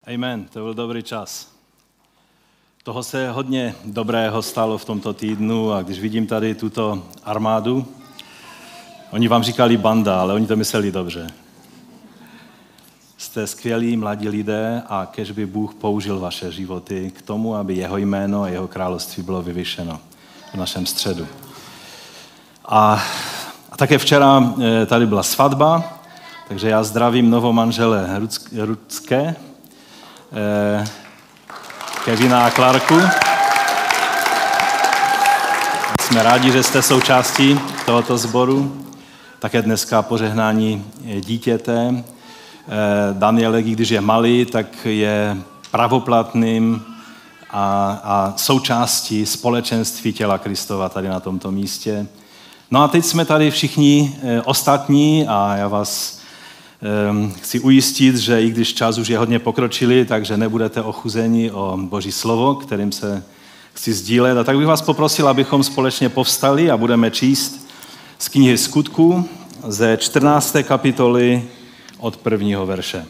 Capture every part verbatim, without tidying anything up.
Amen, to byl dobrý čas. Toho se hodně dobrého stalo v tomto týdnu a když vidím tady tuto armádu, oni vám říkali banda, ale oni to mysleli dobře. Jste skvělí mladí lidé a kéž by Bůh použil vaše životy k tomu, aby jeho jméno a jeho království bylo vyvyšeno v našem středu. A, a také včera tady byla svatba, takže já zdravím novomanžele Rudské, eh, Kevina a Clarku. Jsme rádi, že jste součástí tohoto sboru. Také dneska požehnání dítěte. Danielek, když je malý, tak je pravoplatným a, a součástí společenství těla Kristova tady na tomto místě. No a teď jsme tady všichni ostatní a já vás um, chci ujistit, že i když čas už je hodně pokročilý, takže nebudete ochuzeni o Boží slovo, kterým se chci sdílet. A tak bych vás poprosil, abychom společně povstali a budeme číst z knihy Skutků ze čtrnácté kapitoly od prvního verše.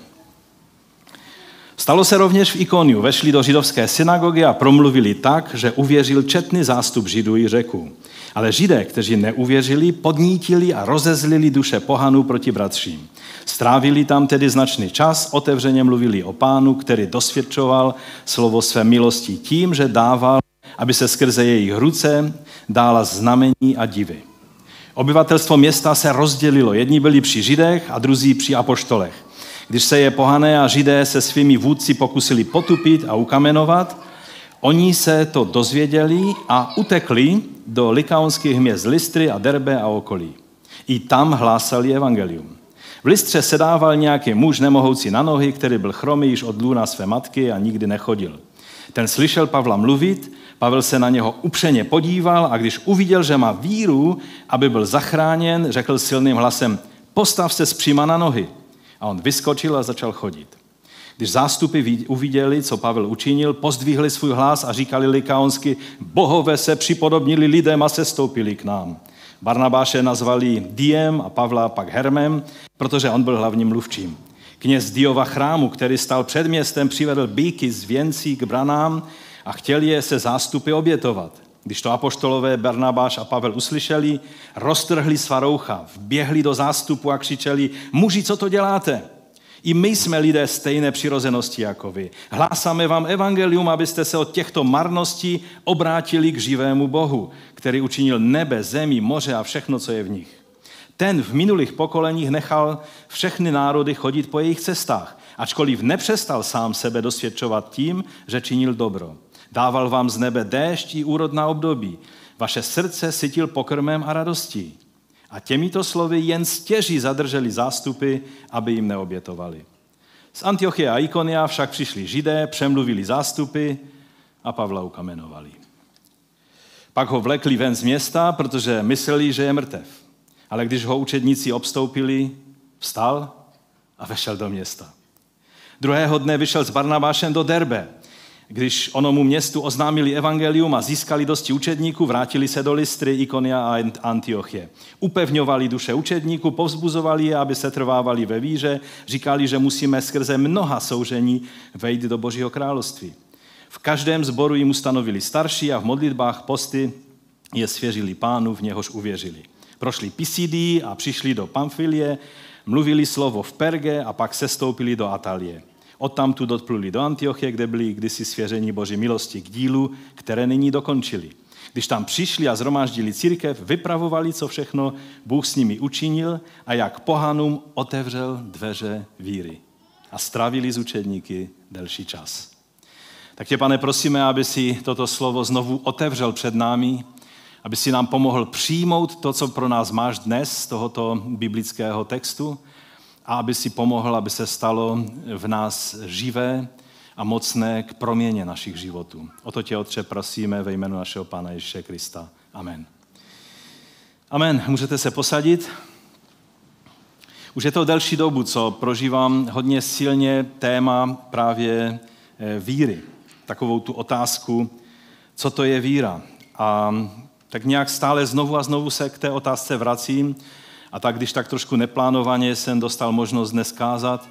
Stalo se rovněž v Ikoniu. Vešli do židovské synagogy a promluvili tak, že uvěřil četný zástup Židů i Řeků. Ale Židé, kteří neuvěřili, podnítili a rozezlili duše pohanů proti bratřím. Strávili tam tedy značný čas, otevřeně mluvili o Pánu, který dosvědčoval slovo své milosti tím, že dával, aby se skrze jejich ruce dála znamení a divy. Obyvatelstvo města se rozdělilo. Jedni byli při Židech a druzí při apoštolech. Když se je pohané a Židé se svými vůdci pokusili potupit a ukamenovat, oni se to dozvěděli a utekli do likaonských měst Lystry a Derbe a okolí. I tam hlásali evangelium. V Lystře sedával nějaký muž nemohoucí na nohy, který byl chromý již od lůna své matky a nikdy nechodil. Ten slyšel Pavla mluvit, Pavel se na něho upřeně podíval a když uviděl, že má víru, aby byl zachráněn, řekl silným hlasem: postav se zpříma na nohy. A on vyskočil a začal chodit. Když zástupy uviděli, co Pavel učinil, pozdvihli svůj hlas a říkali likaonsky: bohové se připodobnili lidem a sestoupili k nám. Barnabáše nazvali Diem a Pavla pak Hermem, protože on byl hlavním mluvčím. Kněz Diova chrámu, který stál před městem, přivedl býky z věncí k branám a chtěl je se zástupy obětovat. Když to apoštolové Barnabáš a Pavel uslyšeli, roztrhli svá roucha, vběhli do zástupu a křičeli: muži, co to děláte? I my jsme lidé stejné přirozenosti jako vy. Hlásáme vám evangelium, abyste se od těchto marností obrátili k živému Bohu, který učinil nebe, zemi, moře a všechno, co je v nich. Ten v minulých pokoleních nechal všechny národy chodit po jejich cestách, ačkoliv nepřestal sám sebe dosvědčovat tím, že činil dobro. Dával vám z nebe déšť i úrodná období. Vaše srdce sytil pokrmem a radostí. A těmito slovy jen stěží zadrželi zástupy, aby jim neobětovali. Z Antiochie a Ikonia však přišli Židé, přemluvili zástupy a Pavla ukamenovali. Pak ho vlekli ven z města, protože mysleli, že je mrtev. Ale když ho učedníci obstoupili, vstal a vešel do města. Druhého dne vyšel s Barnabášem do Derbe. Když onomu městu oznámili evangelium a získali dosti učedníků, vrátili se do Lystry, Ikonia a Antiochie. Upevňovali duše učedníků, povzbuzovali je, aby se trvávali ve víře, říkali, že musíme skrze mnoha soužení vejít do Božího království. V každém sboru jim ustanovili starší a v modlitbách posty je svěřili Pánu, v něhož uvěřili. Prošli Pisidii a přišli do Pamfilie, mluvili slovo v Perge a pak sestoupili do Atalie. Odtamtud odpluli do Antiochie, kde byli kdysi svěření Boží milosti k dílu, které nyní dokončili. Když tam přišli a zhromáždili církev, vypravovali, co všechno Bůh s nimi učinil a jak pohanům otevřel dveře víry. A strávili z učedníky delší čas. Tak tě, Pane, prosíme, aby si toto slovo znovu otevřel před námi, aby si nám pomohl přijmout to, co pro nás máš dnes z tohoto biblického textu, a aby si pomohl, aby se stalo v nás živé a mocné k proměně našich životů. O to tě, Otče, prosíme ve jménu našeho Pána Ježíše Krista. Amen. Amen. Můžete se posadit. Už je to delší dobu, co prožívám hodně silně téma právě víry. Takovou tu otázku, co to je víra. A tak nějak stále znovu a znovu se k té otázce vracím. A tak, když tak trošku neplánovaně jsem dostal možnost dnes kázat,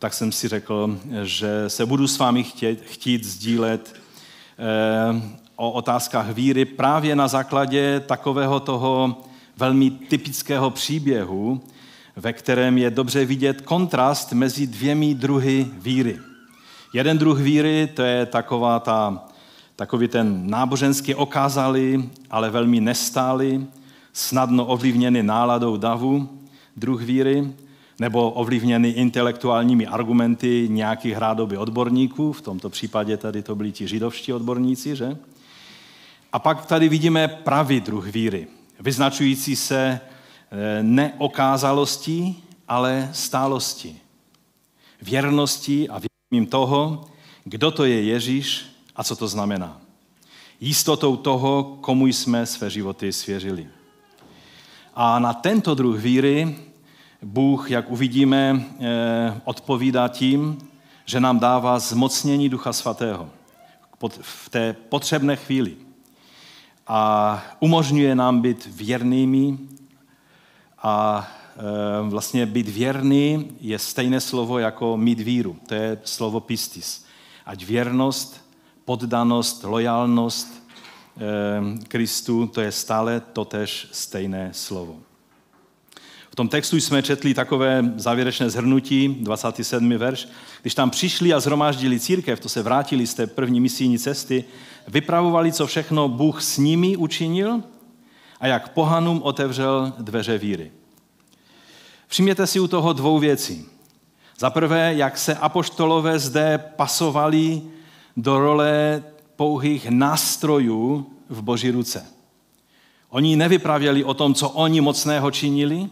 tak jsem si řekl, že se budu s vámi chtít, chtít sdílet eh, o otázkách víry právě na základě takového toho velmi typického příběhu, ve kterém je dobře vidět kontrast mezi dvěmi druhy víry. Jeden druh víry, to je taková ta, takový ten nábožensky okázalý, ale velmi nestálý, snadno ovlivněný náladou davu, druh víry, nebo ovlivněný intelektuálními argumenty nějakých rádoby odborníků, v tomto případě tady to byli ti židovští odborníci, že? A pak tady vidíme pravý druh víry, vyznačující se neokázalostí, ale stálostí. Věrností a vědomím toho, kdo to je Ježíš a co to znamená. Jistotou toho, komu jsme své životy svěřili. A na tento druh víry Bůh, jak uvidíme, odpovídá tím, že nám dává zmocnění Ducha Svatého v té potřebné chvíli. A umožňuje nám být věrnými a vlastně být věrný je stejné slovo jako mít víru. To je slovo pistis. Ať věrnost, poddanost, lojálnost Kristu, to je stále totéž stejné slovo. V tom textu jsme četli takové závěrečné shrnutí, dvacátý sedmý verš. Když tam přišli a zhromáždili církev, to se vrátili z té první misijní cesty, vypravovali, co všechno Bůh s nimi učinil a jak pohanům otevřel dveře víry. Všimněte si u toho dvou věcí. Za prvé, jak se apoštolové zde pasovali do role pouhých nástrojů v Boží ruce. Oni nevypravěli o tom, co oni mocného činili,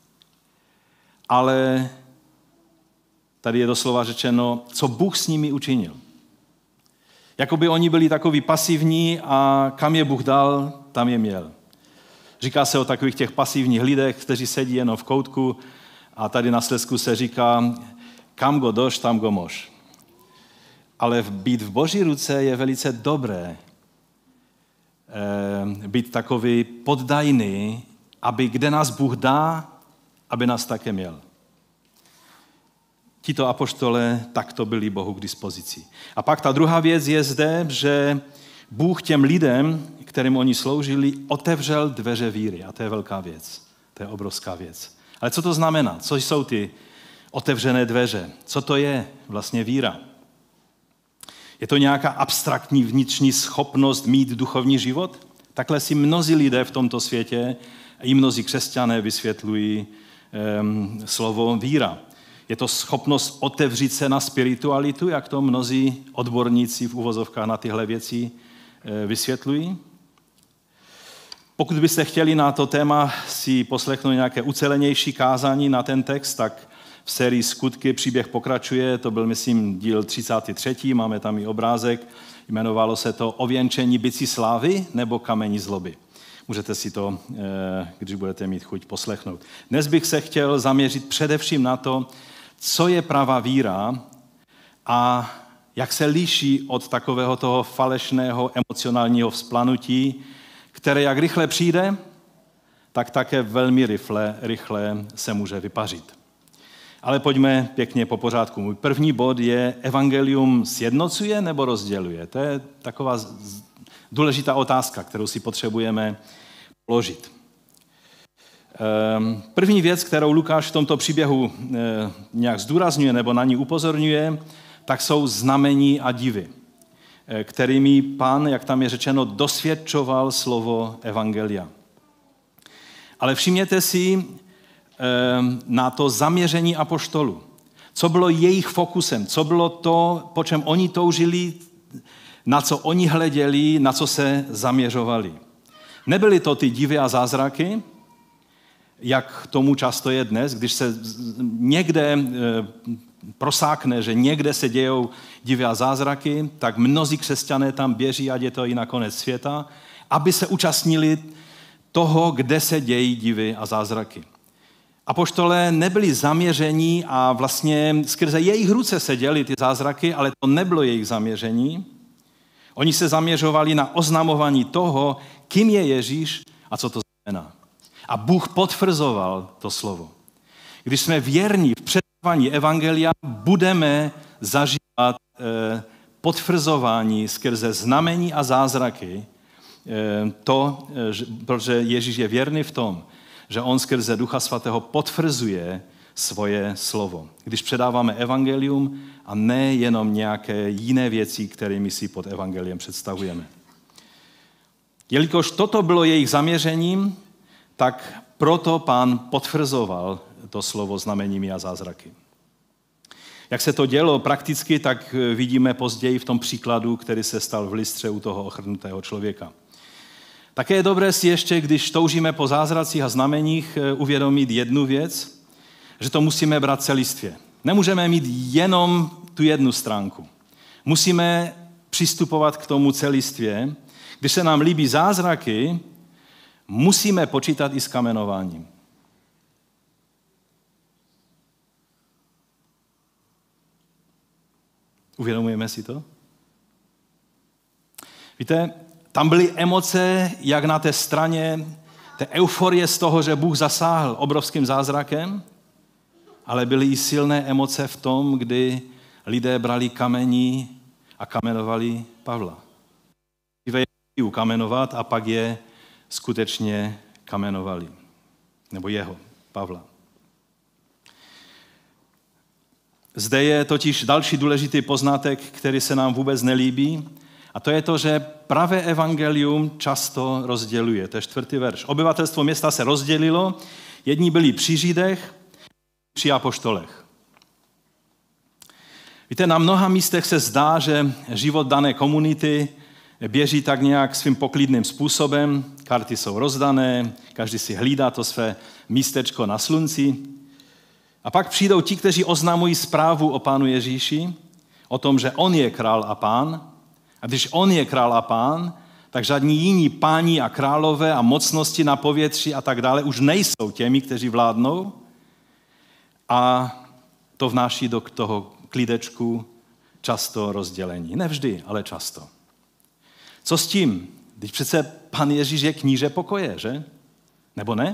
ale tady je doslova řečeno, co Bůh s nimi učinil. Jakoby oni byli takový pasivní a kam je Bůh dal, tam je měl. Říká se o takových těch pasivních lidech, kteří sedí jenom v koutku a tady na Slezsku se říká, kam go doš, tam go mož. Ale být v Boží ruce je velice dobré. E, být takový poddajný, aby kde nás Bůh dá, aby nás také měl. Tito apoštole takto byli Bohu k dispozici. A pak ta druhá věc je zde, že Bůh těm lidem, kterým oni sloužili, otevřel dveře víry. A to je velká věc. To je obrovská věc. Ale co to znamená? Co jsou ty otevřené dveře? Co to je vlastně víra? Je to nějaká abstraktní vnitřní schopnost mít duchovní život? Takhle si mnozí lidé v tomto světě i mnozí křesťané vysvětlují um, slovo víra. Je to schopnost otevřít se na spiritualitu, jak to mnozí odborníci v uvozovkách na tyhle věci vysvětlují. Pokud byste chtěli na to téma si poslechnout nějaké ucelenější kázání na ten text, tak v sérii Skutky příběh pokračuje, to byl, myslím, díl třicátý třetí, máme tam i obrázek, jmenovalo se to Ověnčení bicí slávy nebo Kamení zloby. Můžete si to, když budete mít chuť, poslechnout. Dnes bych se chtěl zaměřit především na to, co je pravá víra a jak se liší od takového toho falešného emocionálního vzplanutí, které jak rychle přijde, tak také velmi rychle, rychle se může vypařit. Ale pojďme pěkně po pořádku. Můj první bod je, evangelium sjednocuje nebo rozděluje? To je taková důležitá otázka, kterou si potřebujeme položit. První věc, kterou Lukáš v tomto příběhu nějak zdůrazňuje nebo na ní upozorňuje, tak jsou znamení a divy, kterými Pán, jak tam je řečeno, dosvědčoval slovo evangelia. Ale všimněte si na to zaměření apoštolů. Co bylo jejich fokusem? Co bylo to, po čem oni toužili, na co oni hleděli, na co se zaměřovali? Nebyly to ty divy a zázraky, jak tomu často je dnes, když se někde prosákne, že někde se dějou divy a zázraky, tak mnozí křesťané tam běží, ať je to i na konec světa, aby se účastnili toho, kde se dějí divy a zázraky. Apoštolé nebyli zaměření a vlastně skrze jejich ruce se děly ty zázraky, ale to nebylo jejich zaměření. Oni se zaměřovali na oznamování toho, kým je Ježíš a co to znamená. A Bůh potvrzoval to slovo. Když jsme věrní v předávání evangelia budeme zažívat potvrzování skrze znamení a zázraky, to, protože Ježíš je věrný v tom, že on skrze Ducha Svatého potvrzuje svoje slovo. Když předáváme evangelium a ne jenom nějaké jiné věci, kterými si pod evangeliem představujeme. Jelikož toto bylo jejich zaměřením, tak proto Pán potvrzoval to slovo znameními a zázraky. Jak se to dělo prakticky, tak vidíme později v tom příkladu, který se stal v Lystře u toho ochrnutého člověka. Také je dobré si ještě, když toužíme po zázracích a znameních, uvědomit jednu věc, že to musíme brát celistvě. Nemůžeme mít jenom tu jednu stránku. Musíme přistupovat k tomu celistvě. Když se nám líbí zázraky, musíme počítat i s kamenováním. Uvědomujeme si to? Víte, tam byly emoce, jak na té straně, té euforie z toho, že Bůh zasáhl obrovským zázrakem, ale byly i silné emoce v tom, kdy lidé brali kamení a kamenovali Pavla. Je ukamenovat a pak je skutečně kamenovali. Nebo jeho, Pavla. Zde je totiž další důležitý poznatek, který se nám vůbec nelíbí, a to je to, že pravé evangelium často rozděluje. To je čtvrtý verš. Obyvatelstvo města se rozdělilo, jedni byli při Židech, při apoštolech. Víte, na mnoha místech se zdá, že život dané komunity běží tak nějak svým poklidným způsobem, karty jsou rozdané, každý si hlídá to své místečko na slunci. A pak přijdou ti, kteří oznamují zprávu o Pánu Ježíši, o tom, že on je král a pán. A když on je král a pán, tak žádní jiní páni a králové a mocnosti na povětří a tak dále už nejsou těmi, kteří vládnou. A to vnáší do toho klidečku často rozdělení. Ne vždy, ale často. Co s tím? Když přece Pán Ježíš je kníže pokoje, že? Nebo ne?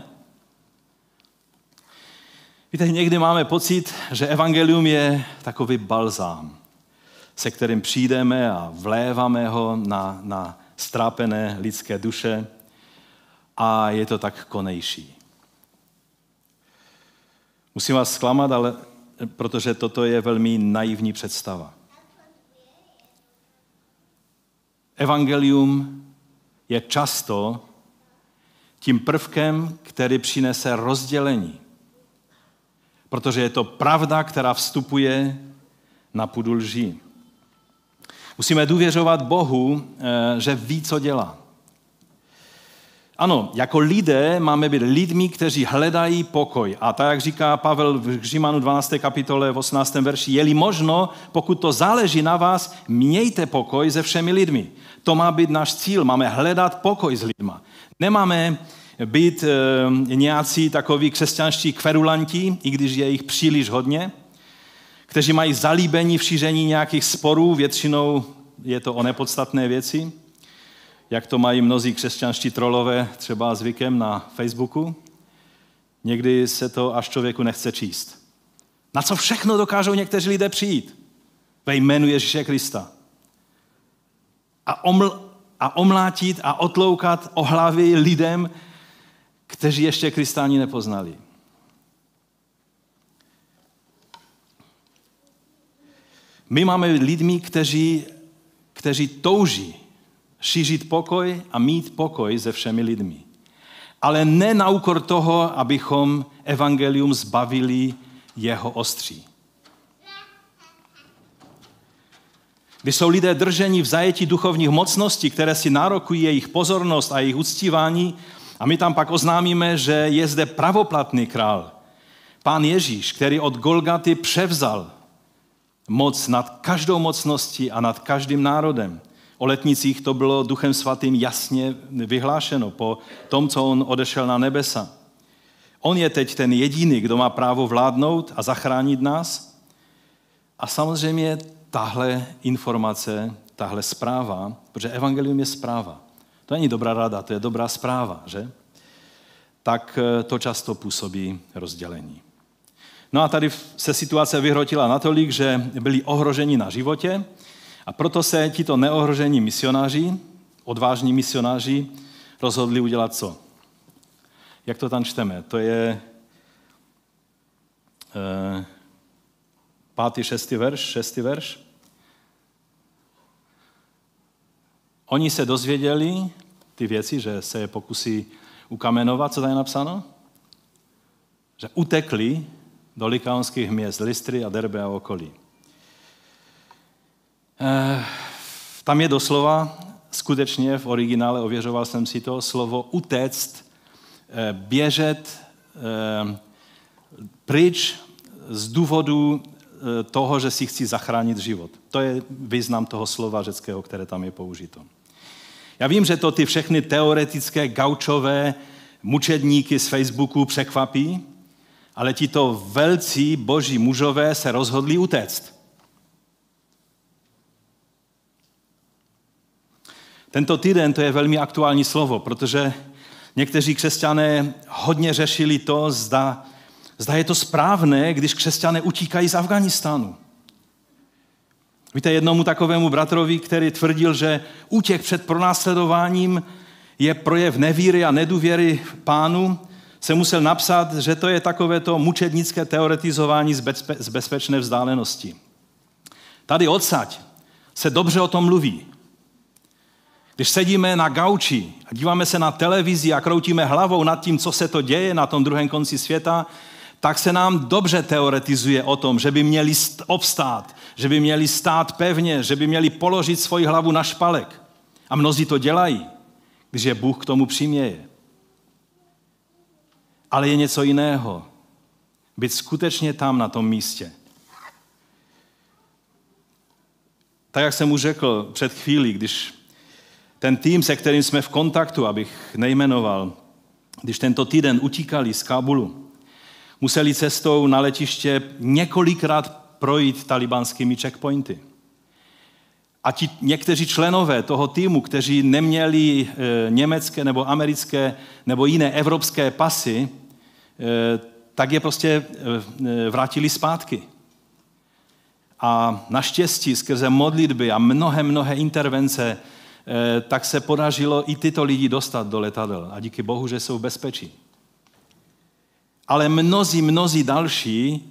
Víte, někdy máme pocit, že evangelium je takový balzám, se kterým přijdeme a vléváme ho na, na strápené lidské duše a je to tak konejší. Musím vás zklamat, ale protože toto je velmi naivní představa. Evangelium je často tím prvkem, který přinese rozdělení. Protože je to pravda, která vstupuje na půdu lží. Musíme důvěřovat Bohu, že ví, co dělá. Ano, jako lidé máme být lidmi, kteří hledají pokoj. A tak, jak říká Pavel v Římanu dvanácté kapitole v osmnáctém verši, je-li možno, pokud to záleží na vás, mějte pokoj se všemi lidmi. To má být náš cíl, máme hledat pokoj s lidma. Nemáme být e, nějací takoví křesťanští kverulanti, i když je jich příliš hodně, kteří mají zalíbení v šíření nějakých sporů, většinou je to o nepodstatné věci, jak to mají mnozí křesťanští trolové třeba zvykem na Facebooku. Někdy se to až člověku nechce číst. Na co všechno dokážou někteří lidé přijít? Ve jménu Ježíše Krista. A, oml- a omlátit a otloukat o hlavy lidem, kteří ještě Krista ani nepoznali. My máme lidmi, kteří, kteří touží šířit pokoj a mít pokoj se všemi lidmi. Ale ne na úkor toho, abychom evangelium zbavili jeho ostří. Když jsou lidé drženi v zajetí duchovních mocností, které si nárokují jejich pozornost a jejich uctívání, a my tam pak oznámíme, že je zde pravoplatný král, Pán Ježíš, který od Golgaty převzal moc nad každou mocností a nad každým národem. O letnicích to bylo Duchem Svatým jasně vyhlášeno po tom, co on odešel na nebesa. On je teď ten jediný, kdo má právo vládnout a zachránit nás. A samozřejmě tahle informace, tahle zpráva, protože evangelium je zpráva. To není dobrá rada, to je dobrá zpráva, že? Tak to často působí rozdělení. No a tady se situace vyhrotila natolik, že byli ohroženi na životě a proto se tito neohrožení misionáři, odvážní misionáři, rozhodli udělat co? Jak to tam čteme? To je eh, pátý, šestý verš, šestý verš. Oni se dozvěděli ty věci, že se je pokusí ukamenovat, co tady je napsáno? Že utekli do likaonských měst Lystry a Derbe a okolí. E, tam je doslova, skutečně v originále, ověřoval jsem si to, slovo utéct, e, běžet e, pryč z důvodu e, toho, že si chci zachránit život. To je význam toho slova řeckého, které tam je použito. Já vím, že to ty všechny teoretické gaučové mučedníky z Facebooku překvapí, ale tito velcí boží mužové se rozhodli utéct. Tento týden to je velmi aktuální slovo, protože někteří křesťané hodně řešili to, zda, zda je to správné, když křesťané utíkají z Afghánistánu. Víte, jednomu takovému bratrovi, který tvrdil, že útěk před pronásledováním je projev nevíry a nedůvěry Pánu, se musel napsat, že to je takovéto mučednické teoretizování z, bezpe- z bezpečné vzdálenosti. Tady odsaď se dobře o tom mluví. Když sedíme na gauči a díváme se na televizi a kroutíme hlavou nad tím, co se to děje na tom druhém konci světa, tak se nám dobře teoretizuje o tom, že by měli obstát, že by měli stát pevně, že by měli položit svoji hlavu na špalek. A mnozí to dělají, když je Bůh k tomu přiměje. Ale je něco jiného. Být skutečně tam na tom místě. Tak, jak jsem už řekl před chvílí, když ten tým, se kterým jsme v kontaktu, abych nejmenoval, když tento týden utíkali z Kábulu, museli cestou na letiště několikrát projít talibánskými checkpointy. A ti někteří členové toho týmu, kteří neměli e, německé nebo americké nebo jiné evropské pasy, e, tak je prostě e, vrátili zpátky. A naštěstí skrze modlitby a mnohé, mnohé intervence, e, tak se podařilo i tyto lidi dostat do letadel. A díky Bohu, že jsou v bezpečí. Ale mnozí, mnozí další,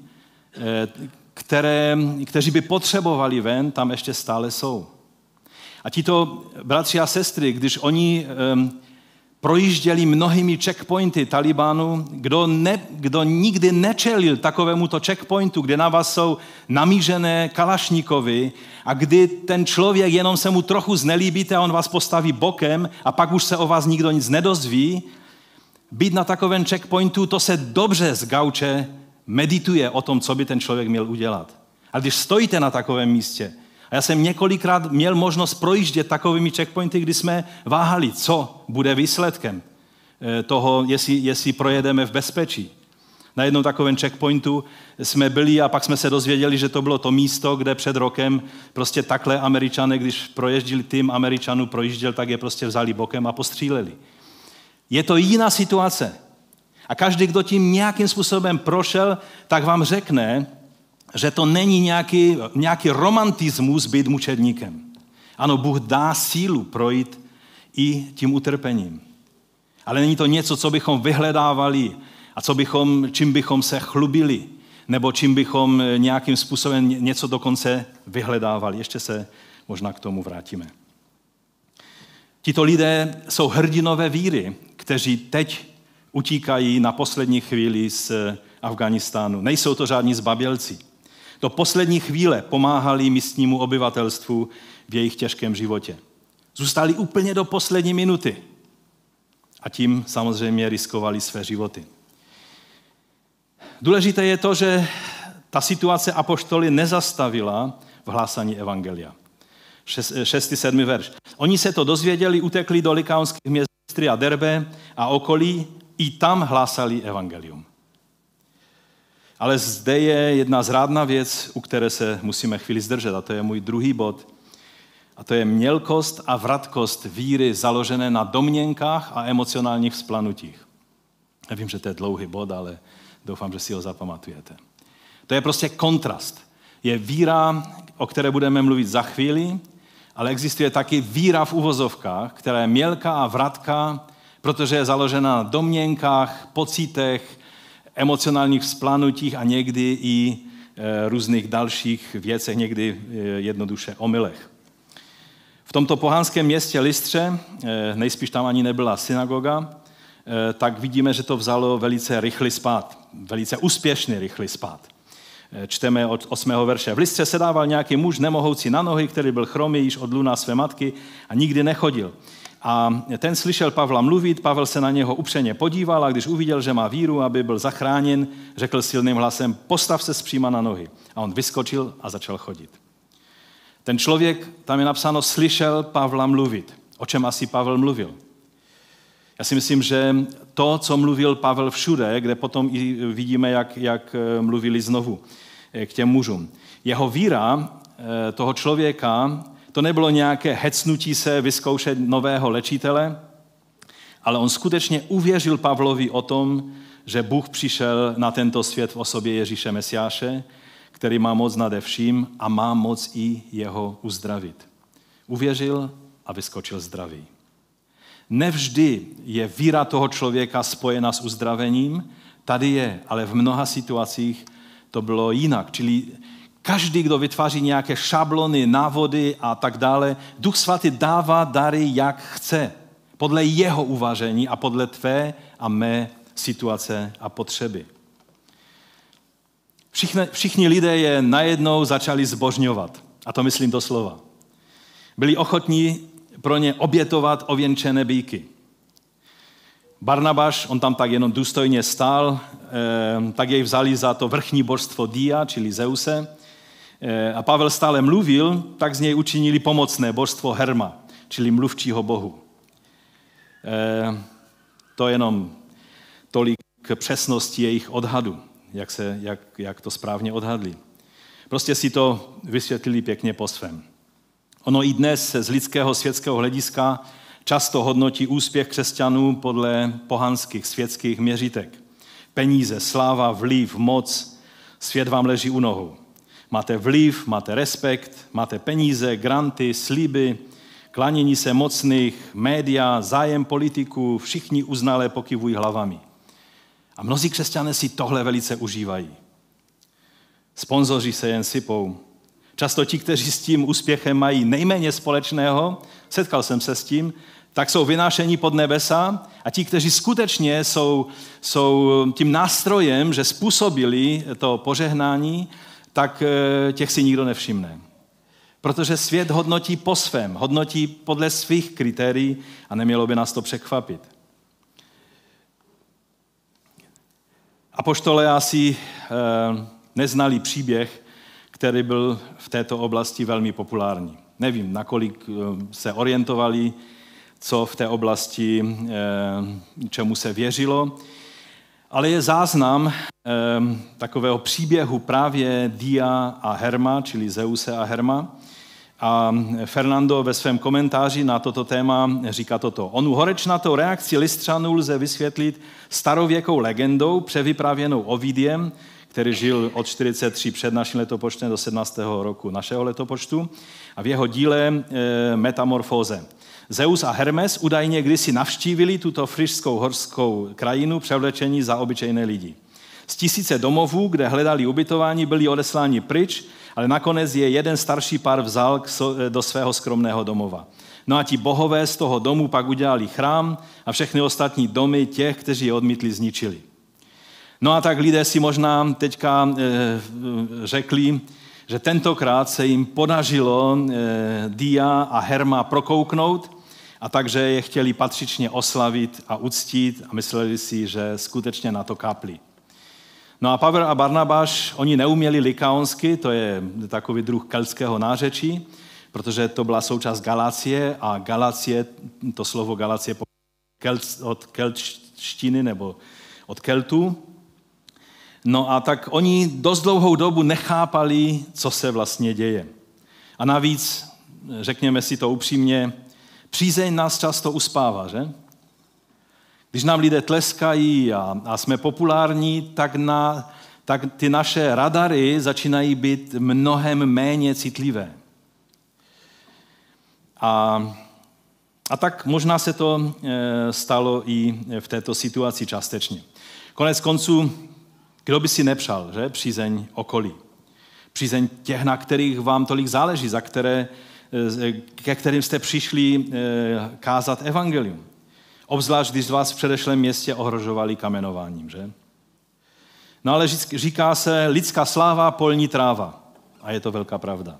které, kteří by potřebovali ven, tam ještě stále jsou. A tito bratři a sestry, když oni um, projížděli mnohými checkpointy Talibánu, kdo, ne, kdo nikdy nečelil takovémuto checkpointu, kde na vás jsou namířené kalašníkovi a kdy ten člověk jenom se mu trochu znelíbíte a on vás postaví bokem a pak už se o vás nikdo nic nedozví, být na takovém checkpointu, to se dobře z gauče medituje o tom, co by ten člověk měl udělat. A když stojíte na takovém místě, a já jsem několikrát měl možnost projíždět takovými checkpointy, kdy jsme váhali, co bude výsledkem toho, jestli, jestli projedeme v bezpečí. Na jednom takovém checkpointu jsme byli a pak jsme se dozvěděli, že to bylo to místo, kde před rokem prostě takhle Američané, když proježdili tým Američanů, projížděl, tak je prostě vzali bokem a postříleli. Je to jiná situace. A každý, kdo tím nějakým způsobem prošel, tak vám řekne, že to není nějaký, nějaký romantismus být mučedníkem. Ano, Bůh dá sílu projít i tím utrpením. Ale není to něco, co bychom vyhledávali a co bychom, čím bychom se chlubili, nebo čím bychom nějakým způsobem něco dokonce vyhledávali. Ještě se možná k tomu vrátíme. Tito lidé jsou hrdinové víry, kteří teď utíkají na poslední chvíli z Afghánistánu. Nejsou to žádní zbabělci. Do poslední chvíle pomáhali místnímu obyvatelstvu v jejich těžkém životě. Zůstali úplně do poslední minuty. A tím samozřejmě riskovali své životy. Důležité je to, že ta situace apoštoly nezastavila v hlásání evangelia. šestý sedmý verš. Oni se to dozvěděli, utekli do likaonských měst Lystry a Derbe a okolí, i tam hlásali evangelium. Ale zde je jedna zrádná věc, u které se musíme chvíli zdržet, a to je můj druhý bod. A to je mělkost a vratkost víry založené na domněnkách a emocionálních vzplanutích. Já vím, že to je dlouhý bod, ale doufám, že si ho zapamatujete. To je prostě kontrast. Je víra, o které budeme mluvit za chvíli, ale existuje taky víra v uvozovkách, která je mělká a vratká, protože je založena na domněnkách, pocitech, emocionálních vzplanutích a někdy i e, různých dalších věcech, někdy e, jednoduše omylech. V tomto pohanském městě Lystře, e, nejspíš tam ani nebyla synagoga, e, tak vidíme, že to vzalo velice rychlý spád, velice úspěšný rychlý spád. E, čteme od osmého verše. V Lystře sedával nějaký muž nemohoucí na nohy, který byl chromý již od luna své matky a nikdy nechodil. A ten slyšel Pavla mluvit, Pavel se na něho upřeně podíval a když uviděl, že má víru, aby byl zachráněn, řekl silným hlasem, postav se zpříma na nohy. A on vyskočil a začal chodit. Ten člověk, tam je napsáno, slyšel Pavla mluvit. O čem asi Pavel mluvil? Já si myslím, že to, co mluvil Pavel všude, kde potom i vidíme, jak, jak mluvili znovu k těm mužům. Jeho víra toho člověka, to nebylo nějaké hecnutí se vyzkoušet nového léčitele, ale on skutečně uvěřil Pavlovi o tom, že Bůh přišel na tento svět v osobě Ježíše Mesiáše, který má moc nade vším a má moc i jeho uzdravit. Uvěřil a vyskočil zdravý. Nevždy je víra toho člověka spojena s uzdravením, tady je, ale v mnoha situacích to bylo jinak, čili každý, kdo vytváří nějaké šablony, návody a tak dále, Duch Svatý dává dary, jak chce, podle jeho uvažení a podle tvé a mé situace a potřeby. Všichni, všichni lidé je najednou začali zbožňovat, a to myslím doslova. Byli ochotní pro ně obětovat ověnčené býky. Barnabáš, on tam tak jenom důstojně stál, eh, tak jej vzali za to vrchní božstvo Dia, čili Zeuse, a Pavel stále mluvil, tak z něj učinili pomocné božstvo Herma, čili mluvčího bohu. E, to jenom tolik přesnosti jejich odhadu, jak, se, jak, jak to správně odhadli. Prostě si to vysvětlili pěkně po svém. Ono i dnes se z lidského světského hlediska často hodnotí úspěch křesťanů podle pohanských světských měřítek. Peníze, sláva, vliv, moc, svět vám leží u nohou. Máte vliv, máte respekt, máte peníze, granty, sliby, klanění se mocných, média, zájem politiků, všichni uznale pokyvují hlavami. A mnozí křesťané si tohle velice užívají. Sponzoři se jen sypou. Často ti, kteří s tím úspěchem mají nejméně společného, setkal jsem se s tím, tak jsou vynášeni pod nebesa a ti, kteří skutečně jsou, jsou tím nástrojem, že způsobili to požehnání, tak těch si nikdo nevšimne. Protože svět hodnotí po svém, hodnotí podle svých kritérií a nemělo by nás to překvapit. Apoštolé asi eh, neznali příběh, který byl v této oblasti velmi populární. Nevím, nakolik se orientovali, co v té oblasti, eh, čemu se věřilo, ale je záznam eh, takového příběhu právě Dia a Herma, čili Zeuse a Herma. A Fernando ve svém komentáři na toto téma říká toto. Onu horečnatou reakci Lystřanů lze vysvětlit starověkou legendou převyprávěnou Ovidiem, který žil od čtyřicet tři před naším letopočtem do sedmnáctého roku našeho letopočtu, a v jeho díle e, Metamorfóze. Zeus a Hermes údajně kdysi navštívili tuto fryšskou horskou krajinu převlečení za obyčejné lidi. Z tisíce domovů, kde hledali ubytování, byli odesláni pryč, ale nakonec je jeden starší pár vzal do svého skromného domova. No a ti bohové z toho domu pak udělali chrám a všechny ostatní domy těch, kteří je odmítli, zničili. No a tak lidé si možná teďka e, řekli, že tentokrát se jim podařilo e, Dia a Herma prokouknout, a takže je chtěli patřičně oslavit a uctít a mysleli si, že skutečně na to kápli. No a Pavel a Barnabáš, oni neuměli likaonsky, to je takový druh keltského nářečí, protože to byla součást Galacie a Galacie, to slovo Galacie od keltštiny nebo od Keltů. No a tak oni dost dlouhou dobu nechápali, co se vlastně děje. A navíc, řekněme si to upřímně, přízeň nás často uspává, že? Když nám lidé tleskají a, a jsme populární, tak, na, tak ty naše radary začínají být mnohem méně citlivé. A, a tak možná se to e, stalo i v této situaci částečně. Konec konců, kdo by si nepřál, že? Přízeň okolí. Přízeň těch, na kterých vám tolik záleží, za které, ke kterým jste přišli kázat evangelium. Obzvlášť, když vás v předešlém městě ohrožovali kamenováním, že? No ale říká se, lidská sláva, polní tráva. A je to velká pravda.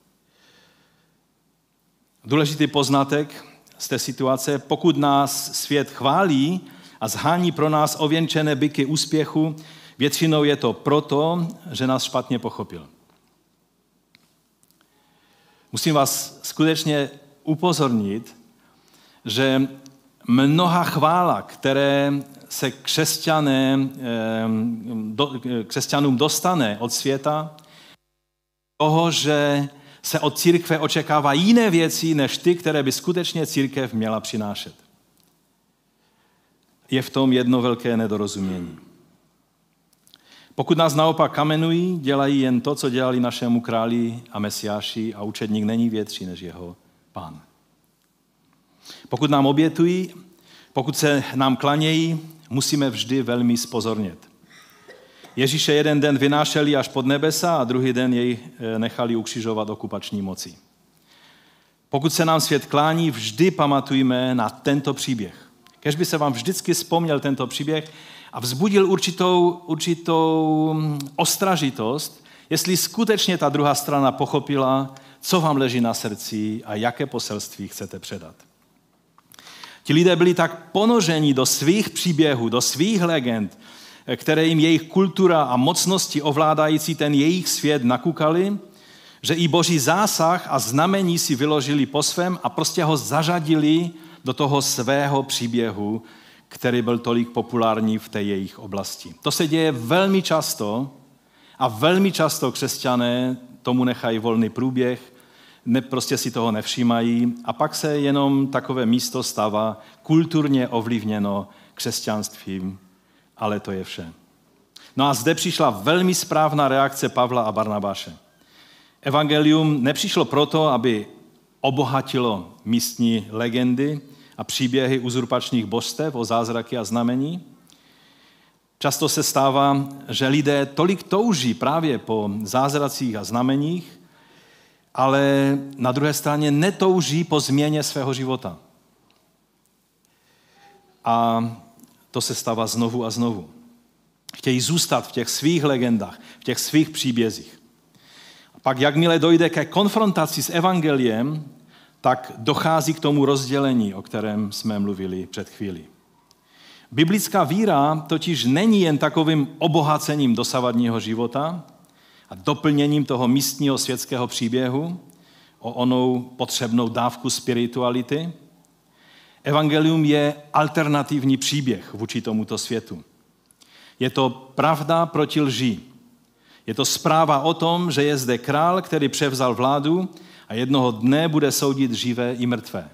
Důležitý poznatek z té situace, pokud nás svět chválí a zhání pro nás ověnčené byky úspěchu, většinou je to proto, že nás špatně pochopil. Musím vás skutečně upozornit, že mnoha chvála, které se křesťané, do, křesťanům dostane od světa, toho, že se od církve očekává jiné věci, než ty, které by skutečně církev měla přinášet. Je v tom jedno velké nedorozumění. Pokud nás naopak kamenují, dělají jen to, co dělali našemu králi a mesiáši a učedník není větší než jeho pán. Pokud nám obětují, pokud se nám klanějí, musíme vždy velmi zpozornět. Ježíše jeden den vynášeli až pod nebesa a druhý den jej nechali ukřižovat okupační moci. Pokud se nám svět klání, vždy pamatujme na tento příběh. Kéž by se vám vždycky vzpomněl tento příběh a vzbudil určitou, určitou ostražitost, jestli skutečně ta druhá strana pochopila, co vám leží na srdci a jaké poselství chcete předat. Ti lidé byli tak ponořeni do svých příběhů, do svých legend, které jim jejich kultura a mocnosti ovládající ten jejich svět nakukali, že i boží zásah a znamení si vyložili po svém a prostě ho zařadili do toho svého příběhu, který byl tolik populární v té jejich oblasti. To se děje velmi často a velmi často křesťané tomu nechají volný průběh, ne, prostě si toho nevšímají a pak se jenom takové místo stává kulturně ovlivněno křesťanstvím, ale to je vše. No a zde přišla velmi správná reakce Pavla a Barnabáše. Evangelium nepřišlo proto, aby obohatilo místní legendy a příběhy uzurpačních božstev o zázraky a znamení. Často se stává, že lidé tolik touží právě po zázracích a znameních, ale na druhé straně netouží po změně svého života. A to se stává znovu a znovu. Chtějí zůstat v těch svých legendách, v těch svých příbězích. A pak jakmile dojde ke konfrontaci s evangeliem, tak dochází k tomu rozdělení, o kterém jsme mluvili před chvílí. Biblická víra totiž není jen takovým obohacením dosavadního života a doplněním toho místního světského příběhu o onou potřebnou dávku spirituality. Evangelium je alternativní příběh vůči tomuto světu. Je to pravda proti lži. Je to zpráva o tom, že je zde král, který převzal vládu a jednoho dne bude soudit živé i mrtvé.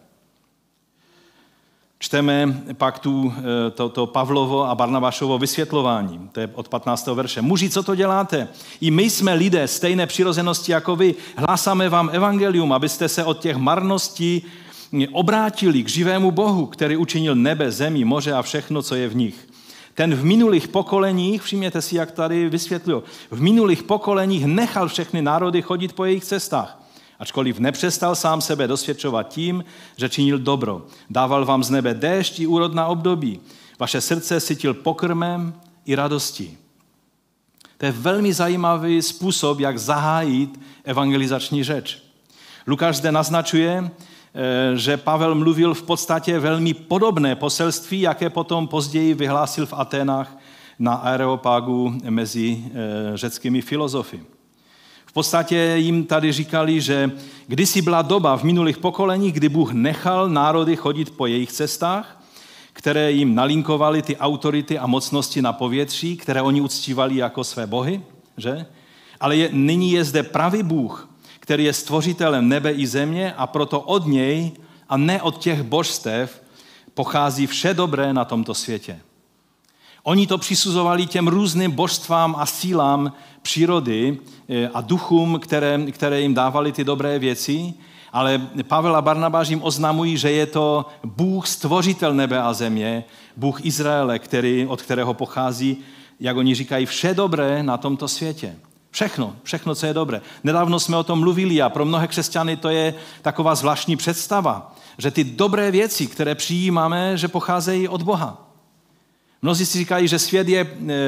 Čteme pak tu, to, to Pavlovo a Barnabášovo vysvětlování. To je od patnáctého verše. Muži, co to děláte? I my jsme lidé stejné přirozenosti jako vy. Hlásáme vám evangelium, abyste se od těch marností obrátili k živému Bohu, který učinil nebe, zemi, moře a všechno, co je v nich. Ten v minulých pokoleních, všimněte si, jak tady vysvětlil, v minulých pokoleních nechal všechny národy chodit po jejich cestách. Ačkoliv nepřestal sám sebe dosvědčovat tím, že činil dobro. Dával vám z nebe déšť i úrodná období. Vaše srdce sytil pokrmem i radostí. To je velmi zajímavý způsob, jak zahájit evangelizační řeč. Lukáš zde naznačuje, že Pavel mluvil v podstatě velmi podobné poselství, jaké potom později vyhlásil v Aténách na Areopágu mezi řeckými filozofy. V podstatě jim tady říkali, že kdysi byla doba v minulých pokoleních, kdy Bůh nechal národy chodit po jejich cestách, které jim nalinkovaly ty autority a mocnosti na povětří, které oni uctívali jako své bohy, že? Ale je, nyní je zde pravý Bůh, který je stvořitelem nebe i země a proto od něj a ne od těch božstev pochází vše dobré na tomto světě. Oni to přisuzovali těm různým božstvám a sílám přírody a duchům, které, které jim dávali ty dobré věci, ale Pavel a Barnabáš jim oznamují, že je to Bůh stvořitel nebe a země, Bůh Izraele, který, od kterého pochází, jak oni říkají, vše dobré na tomto světě. Všechno, všechno, co je dobré. Nedávno jsme o tom mluvili a pro mnohé křesťany to je taková zvláštní představa, že ty dobré věci, které přijímáme, že pocházejí od Boha. Mnozí si říkají, že svět je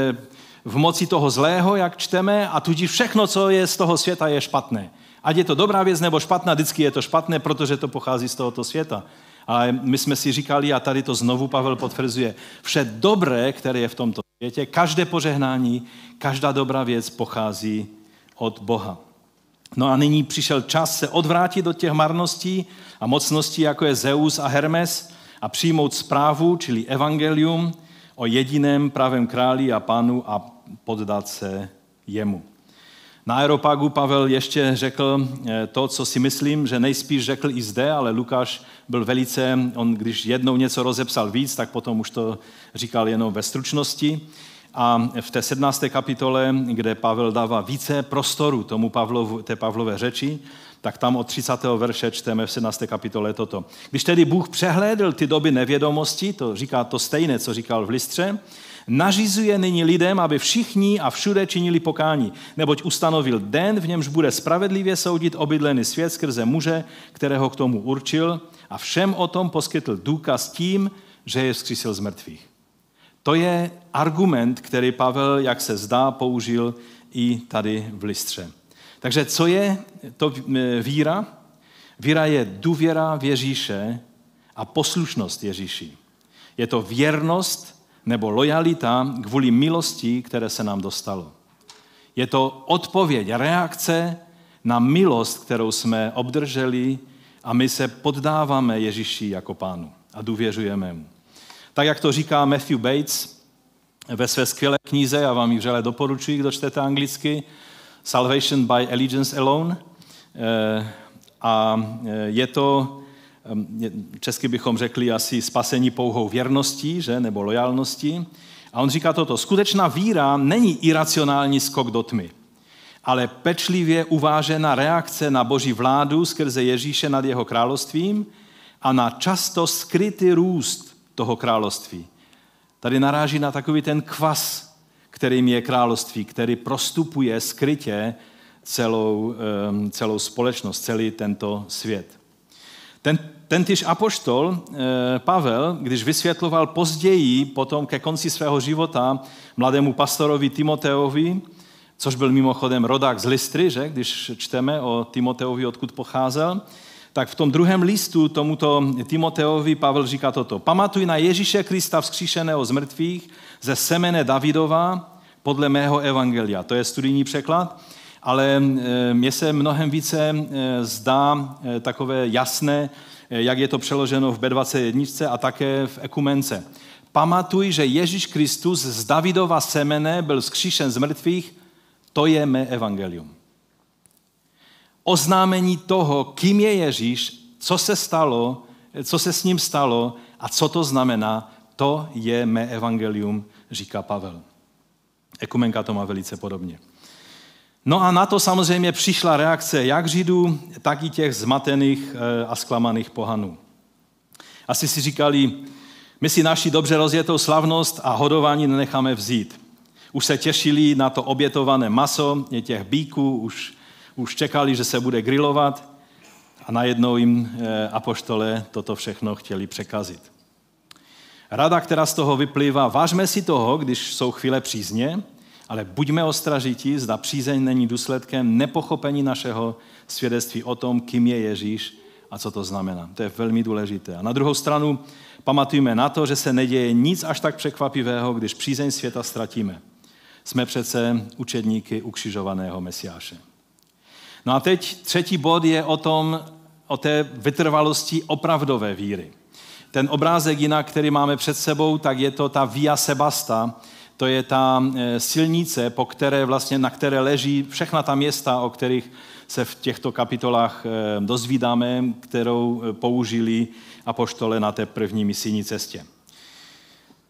v moci toho zlého, jak čteme, a tudíž všechno, co je z toho světa, je špatné. Ať je to dobrá věc nebo špatná, vždycky je to špatné, protože to pochází z tohoto světa. Ale my jsme si říkali, a tady to znovu Pavel potvrzuje, vše dobré, které je v tomto světě, každé požehnání, každá dobrá věc pochází od Boha. No a nyní přišel čas se odvrátit od těch marností a mocností, jako je Zeus a Hermes, a přijmout zprávu, čili evangelium, o jediném pravém králi a pánu a poddat se jemu. Na Areopagu Pavel ještě řekl to, co si myslím, že nejspíš řekl i zde, ale Lukáš byl velice, on když jednou něco rozepsal víc, tak potom už to říkal jenom ve stručnosti. A v té sedmnácté kapitole, kde Pavel dává více prostoru tomu Pavlovu, té Pavlové řeči, tak tam od třicátého verše čteme v sedmnácté kapitole toto. Když tedy Bůh přehlédl ty doby nevědomosti, to říká to stejné, co říkal v Lystře, nařizuje nyní lidem, aby všichni a všude činili pokání, neboť ustanovil den, v němž bude spravedlivě soudit obydlený svět skrze muže, kterého k tomu určil, a všem o tom poskytl důkaz tím, že je vzkřísil z mrtvých. To je argument, který Pavel, jak se zdá, použil i tady v Lystře. Takže co je to víra? Víra je důvěra v Ježíše a poslušnost Ježíši. Je to věrnost nebo lojalita kvůli milosti, které se nám dostalo. Je to odpověď, reakce na milost, kterou jsme obdrželi, a my se poddáváme Ježíši jako pánu a důvěřujeme mu. Tak, jak to říká Matthew Bates ve své skvělé knize, já vám ji vřele doporučuji, kdo čtete anglicky, Salvation by Allegiance Alone. A je to, česky bychom řekli asi spasení pouhou věrností, že, nebo lojalností. A on říká toto: skutečná víra není iracionální skok do tmy, ale pečlivě uvážená reakce na Boží vládu skrze Ježíše nad jeho královstvím a na často skrytý růst toho království. Tady naráží na takový ten kvas, kterým je království, který prostupuje skrytě celou, celou společnost, celý tento svět. Ten, tentýž apoštol Pavel, když vysvětloval později, potom ke konci svého života, mladému pastorovi Timoteovi, což byl mimochodem rodák z Lystry, že? Když čteme o Timoteovi, odkud pocházel, tak v tom druhém listu tomuto Timoteovi Pavel říká toto: pamatuj na Ježíše Krista vzkříšeného z mrtvých ze semene Davidova podle mého evangelia. To je studijní překlad, ale mně se mnohem více zdá takové jasné, jak je to přeloženo v bé dvacet jedna a také v ekumence. Pamatuj, že Ježíš Kristus z Davidova semene byl vzkříšen z mrtvých, to je mé evangelium. Oznámení toho, kým je Ježíš, co se stalo, co se s ním stalo a co to znamená, to je mé evangelium, říká Pavel. Ekumenka to má velice podobně. No a na to samozřejmě přišla reakce jak Židů, tak i těch zmatených a zklamaných pohanů. Asi si říkali, my si naši dobře rozjetou slavnost a hodování nenecháme vzít. Už se těšili na to obětované maso těch býků, už, už čekali, že se bude grilovat, a najednou jim apoštole toto všechno chtěli překazit. Rada, která z toho vyplývá: vážme si toho, když jsou chvíle přízně, ale buďme ostražití, zda přízeň není důsledkem nepochopení našeho svědectví o tom, kým je Ježíš a co to znamená. To je velmi důležité. A na druhou stranu pamatujme na to, že se neděje nic až tak překvapivého, když přízeň světa ztratíme. Jsme přece učedníky ukřižovaného Mesiáše. No a teď třetí bod je o tom, o té vytrvalosti opravdové víry. Ten obrázek jinak, který máme před sebou, tak je to ta Via Sebasta, to je ta silnice, po které vlastně, na které leží všechna ta města, o kterých se v těchto kapitolách dozvídáme, kterou použili apoštole na té první misijní cestě.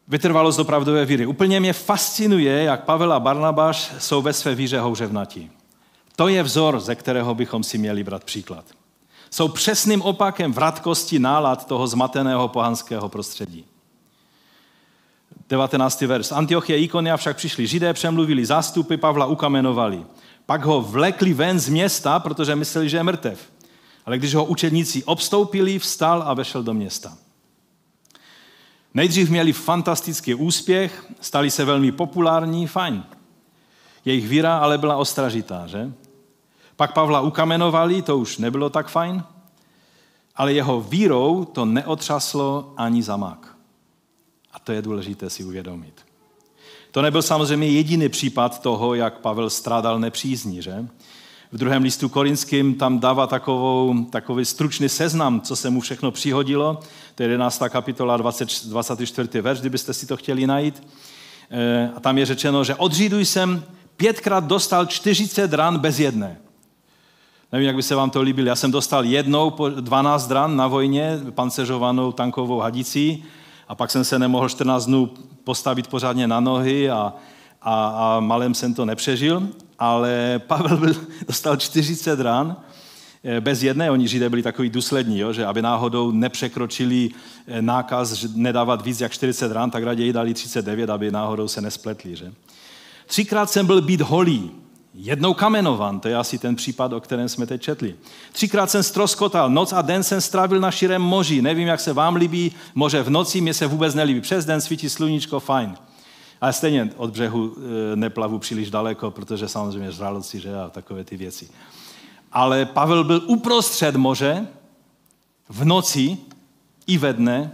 Vytrvalost opravdové víry. Úplně mě fascinuje, jak Pavel a Barnabáš jsou ve své víře houževnatí. To je vzor, ze kterého bychom si měli brát příklad. Jsou přesným opakem vratkosti nálad toho zmateného pohanského prostředí. devatenáctý verš. Z Antiochie Ikonia však přišli Židé, přemluvili zástupy, Pavla ukamenovali. Pak ho vlekli ven z města, protože mysleli, že je mrtev. Ale když ho učedníci obstoupili, vstal a vešel do města. Nejdřív měli fantastický úspěch, stali se velmi populární, fajn. Jejich víra ale byla ostražitá, že? Pak Pavla ukamenovali, to už nebylo tak fajn, ale jeho vírou to neotřaslo ani zamák. A to je důležité si uvědomit. To nebyl samozřejmě jediný případ toho, jak Pavel strádal nepřízní, že? V druhém listu Korinským tam dává takovou, takový stručný seznam, co se mu všechno přihodilo. To je jedenáctá kapitola, dvacátý čtvrtý verš, kdybyste si to chtěli najít. A tam je řečeno, že od Židů jsem pětkrát dostal čtyřicet ran bez jedné. Nevím, jak by se vám to líbilo. Já jsem dostal jednou po dvanáct ran na vojně, panceřovanou tankovou hadicí, a pak jsem se nemohl čtrnáct dnů postavit pořádně na nohy a, a, a malem jsem to nepřežil, ale Pavel byl, dostal čtyřicet ran bez jedné. Oni Židé byli takový důslední, jo, že aby náhodou nepřekročili nákaz nedávat víc jak čtyřicet ran, tak raději dali třicet devět, aby náhodou se nespletli. Že? Třikrát jsem byl být holý, jednou kamenovan, to je asi ten případ, o kterém jsme teď četli. Třikrát jsem ztroskotal, noc a den jsem strávil na širém moři. Nevím, jak se vám líbí moře v noci, mně se vůbec nelíbí. Přes den svítí sluníčko, fajn. Ale stejně od břehu neplavu příliš daleko, protože samozřejmě žraloci, že a takové ty věci. Ale Pavel byl uprostřed moře, v noci i ve dne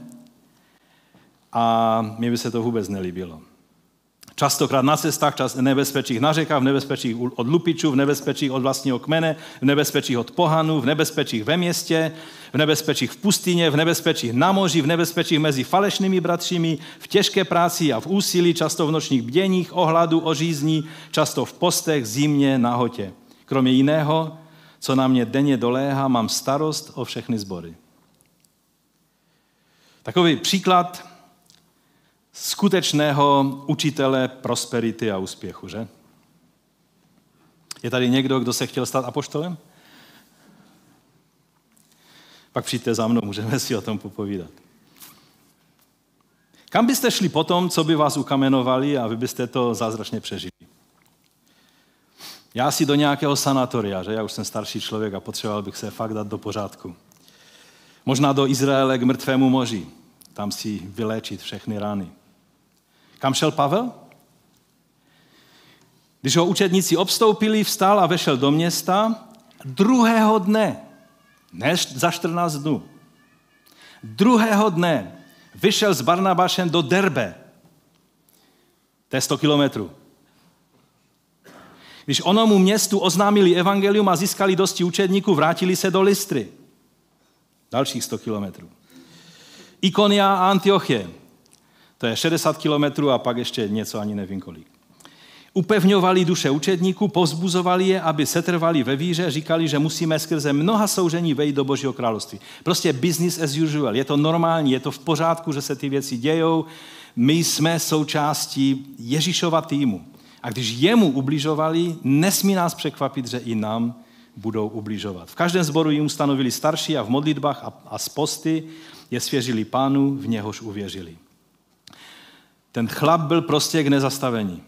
a mně by se to vůbec nelíbilo. Častokrát na cestách, čas, nebezpečích na řekách, v nebezpečích od lupičů, v nebezpečích od vlastního kmene, v nebezpečích od pohanů, v nebezpečích ve městě, v nebezpečích v pustině, v nebezpečích na moři, v nebezpečích mezi falešnými bratřími, v těžké práci a v úsilí, často v nočních bděních, ohladu, ořízní, často v postech, zimě, nahotě. Kromě jiného, co na mě denně doléhá, mám starost o všechny sbory. Takový příklad skutečného učitele prosperity a úspěchu, že? Je tady někdo, kdo se chtěl stát apoštolem? Pak přijďte za mnou, můžeme si o tom popovídat. Kam byste šli potom, co by vás ukamenovali a vy byste to zázračně přežili? Já si do nějakého sanatoria, že? Já už jsem starší člověk a potřeboval bych se fakt dát do pořádku. Možná do Izraele k mrtvému moři. Tam si vyléčit všechny rány. Kam šel Pavel? Když ho učedníci obstoupili, vstal a vešel do města druhého dne, ne za čtrnáct dnů, druhého dne vyšel s Barnabášem do Derbe. To je sto kilometrů. Když onomu městu oznámili evangelium a získali dosti učedníků, vrátili se do Lystry. Dalších sto kilometrů. Ikonia a Antiochie. To je šedesát kilometrů a pak ještě něco, ani nevím kolik. Upevňovali duše učedníků, povzbuzovali je, aby setrvali ve víře, říkali, že musíme skrze mnoha soužení vejít do Božího království. Prostě business as usual. Je to normální, je to v pořádku, že se ty věci dějou. My jsme součástí Ježíšova týmu. A když jemu ubližovali, nesmí nás překvapit, že i nám budou ubližovat. V každém sboru jim ustanovili starší a v modlitbách a, a z posty je svěřili Pánu, v něhož uvěřili. Ten chlap byl prostě k nezastavení.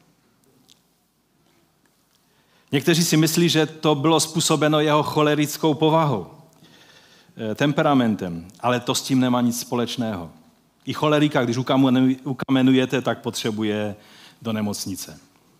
Někteří si myslí, že to bylo způsobeno jeho cholerickou povahou, temperamentem, ale to s tím nemá nic společného. I cholerika, když ukamenujete, tak potřebuje do nemocnice.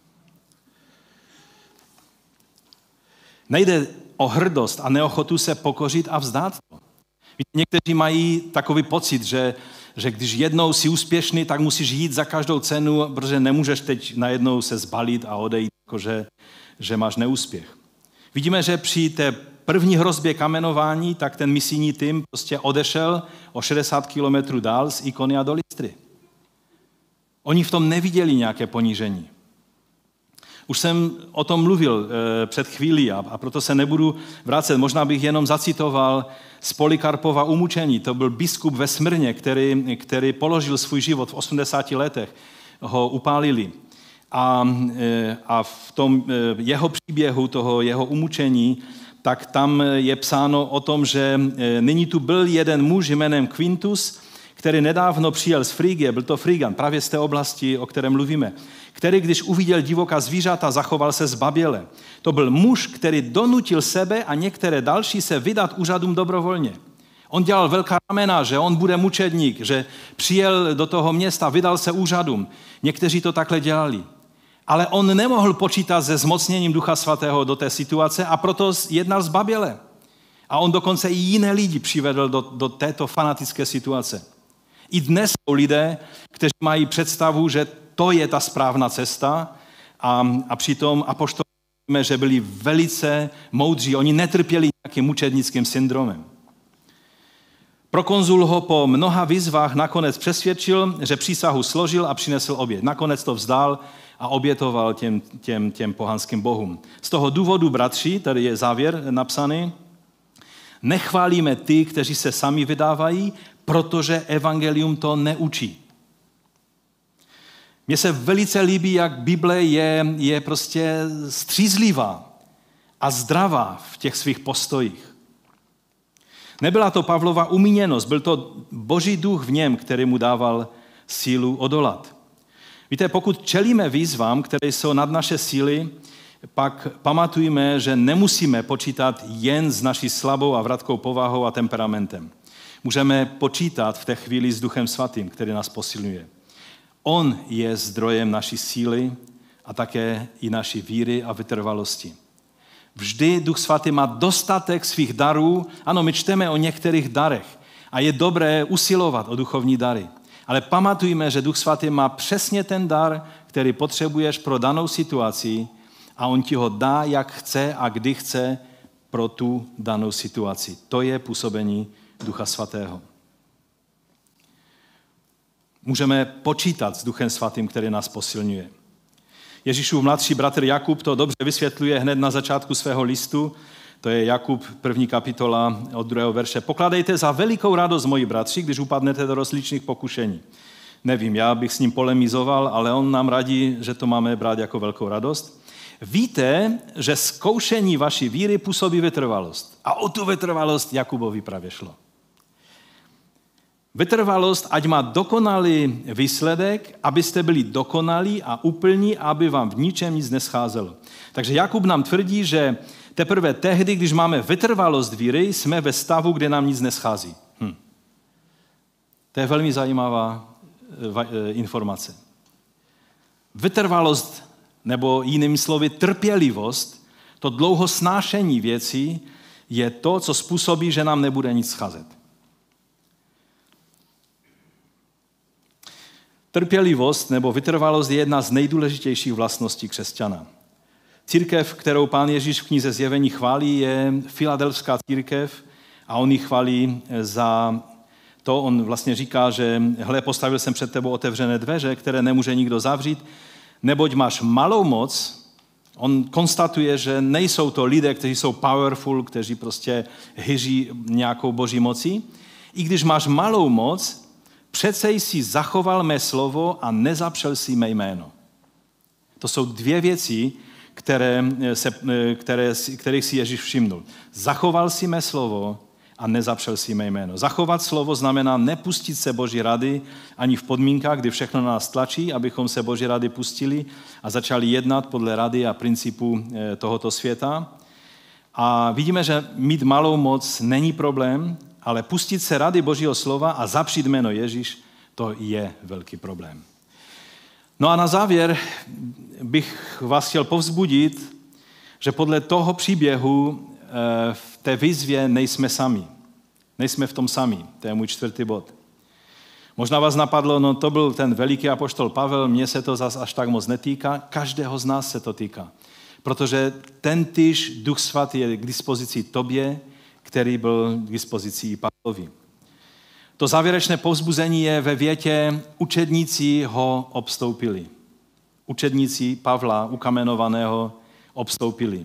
Nejde o hrdost a neochotu se pokořit a vzdát to. Víte, někteří mají takový pocit, že, že když jednou jsi úspěšný, tak musíš jít za každou cenu, protože nemůžeš teď najednou se zbalit a odejít, jakože, že máš neúspěch. Vidíme, že při té první hrozbě kamenování, tak ten misijní tým prostě odešel o šedesát kilometrů dál z Ikonia do Lystry. Oni v tom neviděli nějaké ponížení. Už jsem o tom mluvil e, před chvílí a, a proto se nebudu vracet. Možná bych jenom zacitoval z Polikarpova umučení. To byl biskup ve Smyrně, který, který položil svůj život v osmdesáti letech. Ho upálili. A, e, a v tom e, jeho příběhu, toho jeho umučení, tak tam je psáno o tom, že e, nyní tu byl jeden muž jménem Quintus, který nedávno přijel z Frígie, byl to Frígan, právě z té oblasti, o které mluvíme, který, když uviděl divoká zvířata, zachoval se zbaběle. To byl muž, který donutil sebe a některé další se vydat úřadům dobrovolně. On dělal velká ramena, že on bude mučedník, že přijel do toho města, vydal se úřadům. Někteří to takhle dělali. Ale on nemohl počítat se zmocněním Ducha Svatého do té situace a proto jednal zbaběle. A on dokonce i jiné lidi přivedl do, do této fanatické situace. I dnes jsou lidé, kteří mají představu, že to je ta správná cesta a, a přitom apoštolové víme, že byli velice moudří. Oni netrpěli nějakým mučednickým syndromem. Prokonzul ho po mnoha výzvách nakonec přesvědčil, že přísahu složil a přinesl oběť. Nakonec to vzdal a obětoval těm, těm, těm pohanským bohům. Z toho důvodu, bratři, tady je závěr napsaný, nechválíme ty, kteří se sami vydávají, protože evangelium to neučí. Mně se velice líbí, jak Bible je, je prostě střízlivá a zdravá v těch svých postojích. Nebyla to Pavlova umíněnost, byl to Boží duch v něm, který mu dával sílu odolat. Víte, pokud čelíme výzvám, které jsou nad naše síly, pak pamatujme, že nemusíme počítat jen s naší slabou a vratkou povahou a temperamentem. Můžeme počítat v té chvíli s Duchem Svatým, který nás posilňuje. On je zdrojem naší síly a také i naší víry a vytrvalosti. Vždy Duch Svatý má dostatek svých darů. Ano, my čteme o některých darech a je dobré usilovat o duchovní dary. Ale pamatujme, že Duch Svatý má přesně ten dar, který potřebuješ pro danou situaci a on ti ho dá, jak chce a kdy chce pro tu danou situaci. To je působení Ducha Svatého. Můžeme počítat s Duchem Svatým, který nás posilňuje. Ježíšův mladší bratr Jakub to dobře vysvětluje hned na začátku svého listu. To je Jakub, první kapitola od druhého verše. Pokládejte za velikou radost, moji bratři, když upadnete do rozličných pokušení. Nevím, já bych s ním polemizoval, ale on nám radí, že to máme brát jako velkou radost. Víte, že zkoušení vaší víry působí vytrvalost. A o tu vytrvalost Jakubovi právě šlo. Vytrvalost, ať má dokonalý výsledek, abyste byli dokonalí a úplní, aby vám v ničem nic nescházelo. Takže Jakub nám tvrdí, že teprve tehdy, když máme vytrvalost víry, jsme ve stavu, kde nám nic neschází. Hm. To je velmi zajímavá informace. Vytrvalost, nebo jinými slovy trpělivost, to dlouho snášení věcí je to, co způsobí, že nám nebude nic scházet. Trpělivost nebo vytrvalost je jedna z nejdůležitějších vlastností křesťana. Církev, kterou Pán Ježíš v knize Zjevení chválí, je Filadelfská církev a on ji chválí za to, on vlastně říká, že hle, postavil jsem před tebou otevřené dveře, které nemůže nikdo zavřít, neboť máš malou moc. On konstatuje, že nejsou to lidé, kteří jsou powerful, kteří prostě hyří nějakou boží mocí. I když máš malou moc, přece jsi zachoval mé slovo a nezapřel si mé jméno. To jsou dvě věci, které se, které, kterých si Ježíš všimnul. Zachoval si mé slovo a nezapřel si mé jméno. Zachovat slovo znamená nepustit se Boží rady ani v podmínkách, kdy všechno na nás tlačí, abychom se Boží rady pustili a začali jednat podle rady a principů tohoto světa. A vidíme, že mít malou moc není problém, ale pustit se rady Božího slova a zapřít jméno Ježíš, to je velký problém. No a na závěr bych vás chtěl povzbudit, že podle toho příběhu v té výzvě nejsme sami. Nejsme v tom sami. To je můj čtvrtý bod. Možná vás napadlo, no to byl ten veliký apoštol Pavel, mně se to zas až tak moc netýká, každého z nás se to týká. Protože tentýž Duch Svatý je k dispozici tobě, který byl k dispozici i Pavlovi. To závěrečné povzbuzení je ve větě učedníci ho obstoupili. učedníci Pavla ukamenovaného obstoupili.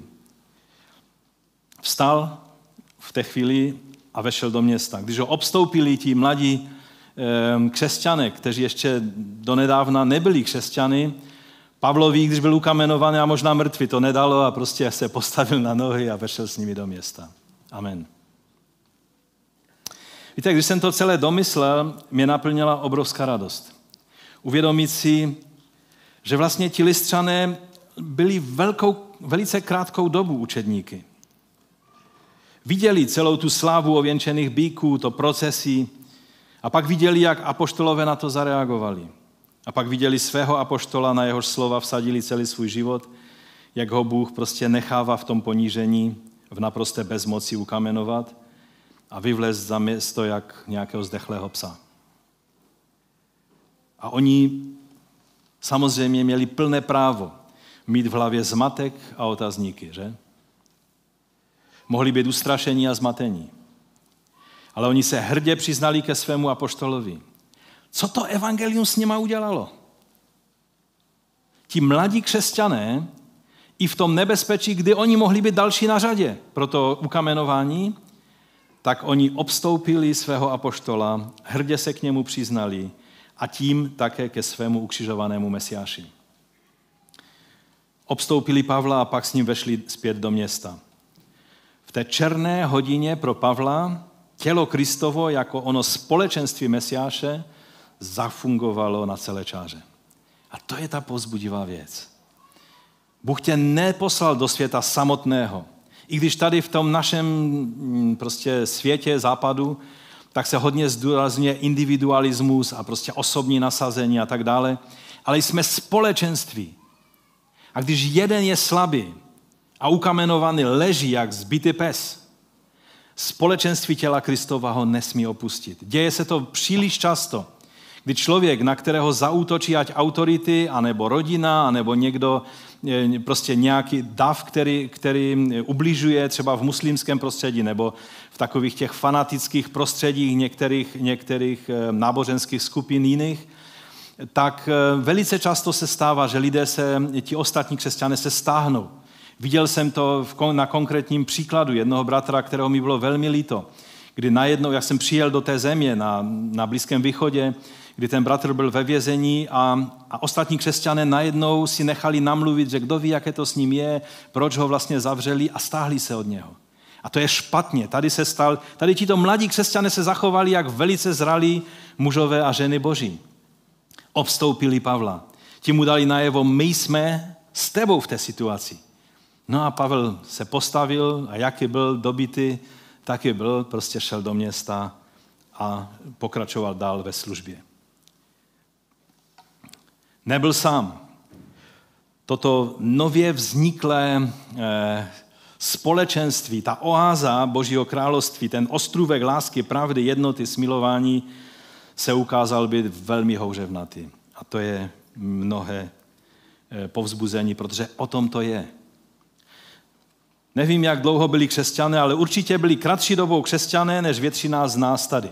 Vstal v té chvíli a vešel do města. Když ho obstoupili ti mladí e, křesťané, kteří ještě donedávna nebyli křesťany, Pavlovi, když byl ukamenovaný a možná mrtvý, to nedalo a prostě se postavil na nohy a vešel s nimi do města. Amen. Víte, když jsem to celé domyslel, mě naplnila obrovská radost. Uvědomit si, že vlastně ti Lystřané byli velkou, velice krátkou dobu učedníky. Viděli celou tu slávu ověnčených býků, to procesí, a pak viděli, jak apoštolové na to zareagovali. A pak viděli svého apoštola, na jehož slova vsadili celý svůj život, jak ho Bůh prostě nechává v tom ponížení, v naprosté bezmoci ukamenovat a vyvlézt za město jak nějakého zdechlého psa. A oni samozřejmě měli plné právo mít v hlavě zmatek a otazníky, že? Mohli být ustrašení a zmatení. Ale oni se hrdě přiznali ke svému apoštolovi. Co to evangelium s nima udělalo? Ti mladí křesťané i v tom nebezpečí, kdy oni mohli být další na řadě pro to ukamenování, tak oni obstoupili svého apoštola, hrdě se k němu přiznali a tím také ke svému ukřižovanému Mesiáši. Obstoupili Pavla a pak s ním vešli zpět do města. V té černé hodině pro Pavla tělo Kristovo jako ono společenství Mesiáše zafungovalo na celé čáře. A to je ta povzbudivá věc. Bůh tě neposlal do světa samotného. I když tady v tom našem prostě světě západu, tak se hodně zdůrazňuje individualismus a prostě osobní nasazení a tak dále, ale jsme společenství. A když jeden je slabý a ukamenovaný leží jak zbitý pes, společenství těla Kristova ho nesmí opustit. Děje se to příliš často, kdy člověk, na kterého zaútočí ať autority, anebo rodina, anebo někdo, prostě nějaký dav, který, který ubližuje třeba v muslimském prostředí, nebo v takových těch fanatických prostředích některých, některých náboženských skupin jiných, tak velice často se stává, že lidé se, ti ostatní křesťané se stáhnou. Viděl jsem to na konkrétním příkladu jednoho bratra, kterého mi bylo velmi líto, kdy najednou, jak jsem přijel do té země na, na Blízkém východě, kdy ten bratr byl ve vězení a, a ostatní křesťané najednou si nechali namluvit, že kdo ví, jaké to s ním je, proč ho vlastně zavřeli a stáhli se od něho. A to je špatně. Tady se stal, tady tito mladí křesťané se zachovali jak velice zralí mužové a ženy Boží. Obstoupili Pavla. Ti mu dali najevo, my jsme s tebou v té situaci. No a Pavel se postavil a jaký byl dobitý, taky byl, prostě šel do města a pokračoval dál ve službě. Nebyl sám. Toto nově vzniklé eh, společenství, ta oáza Božího království, ten ostrůvek lásky, pravdy, jednoty, smilování se ukázal být velmi houževnatý. A to je mnohé eh, povzbuzení, protože o tom to je. Nevím, jak dlouho byli křesťané, ale určitě byli kratší dobou křesťané, než většina z nás tady.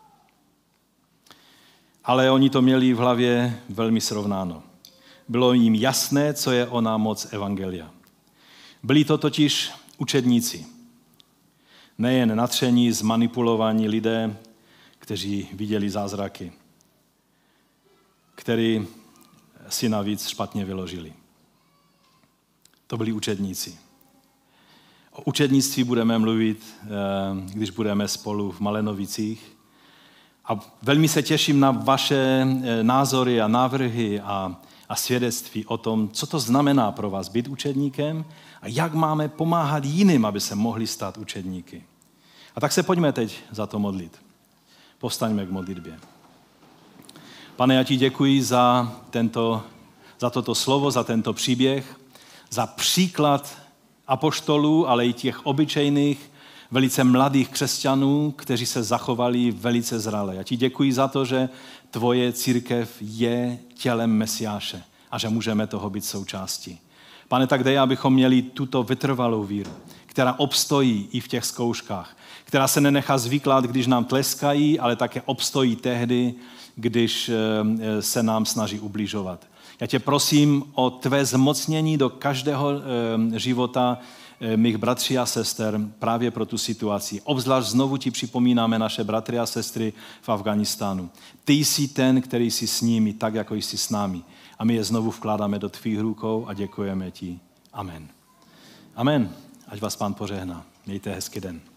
Ale oni to měli v hlavě velmi srovnáno. Bylo jim jasné, co je ona moc evangelia. Byli to totiž učedníci. Nejen natření, zmanipulovaní lidé, kteří viděli zázraky, který si navíc špatně vyložili. To byli učedníci. O učednictví budeme mluvit, když budeme spolu v Malenovicích. A velmi se těším na vaše názory a návrhy a, a svědectví o tom, co to znamená pro vás být učedníkem a jak máme pomáhat jiným, aby se mohli stát učedníky. A tak se pojďme teď za to modlit. Povstaňme k modlitbě. Pane, já ti děkuji za, tento, za toto slovo, za tento příběh, za příklad apoštolů, ale i těch obyčejných, velice mladých křesťanů, kteří se zachovali velice zrale. Já ti děkuji za to, že tvoje církev je tělem Mesiáše a že můžeme toho být součástí. Pane, tak dej, abychom měli tuto vytrvalou víru, která obstojí i v těch zkouškách, která se nenechá zvyklat, když nám tleskají, ale také obstojí tehdy, když se nám snaží ubližovat. Já tě prosím o tvé zmocnění do každého e, života e, mých bratří a sester právě pro tu situaci. Obzvlášť znovu ti připomínáme naše bratry a sestry v Afghánistánu. Ty jsi ten, který jsi s nimi, tak jako jsi s námi. A my je znovu vkládáme do tvých rukou a děkujeme ti. Amen. Amen. Ať vás Pán požehná. Mějte hezký den.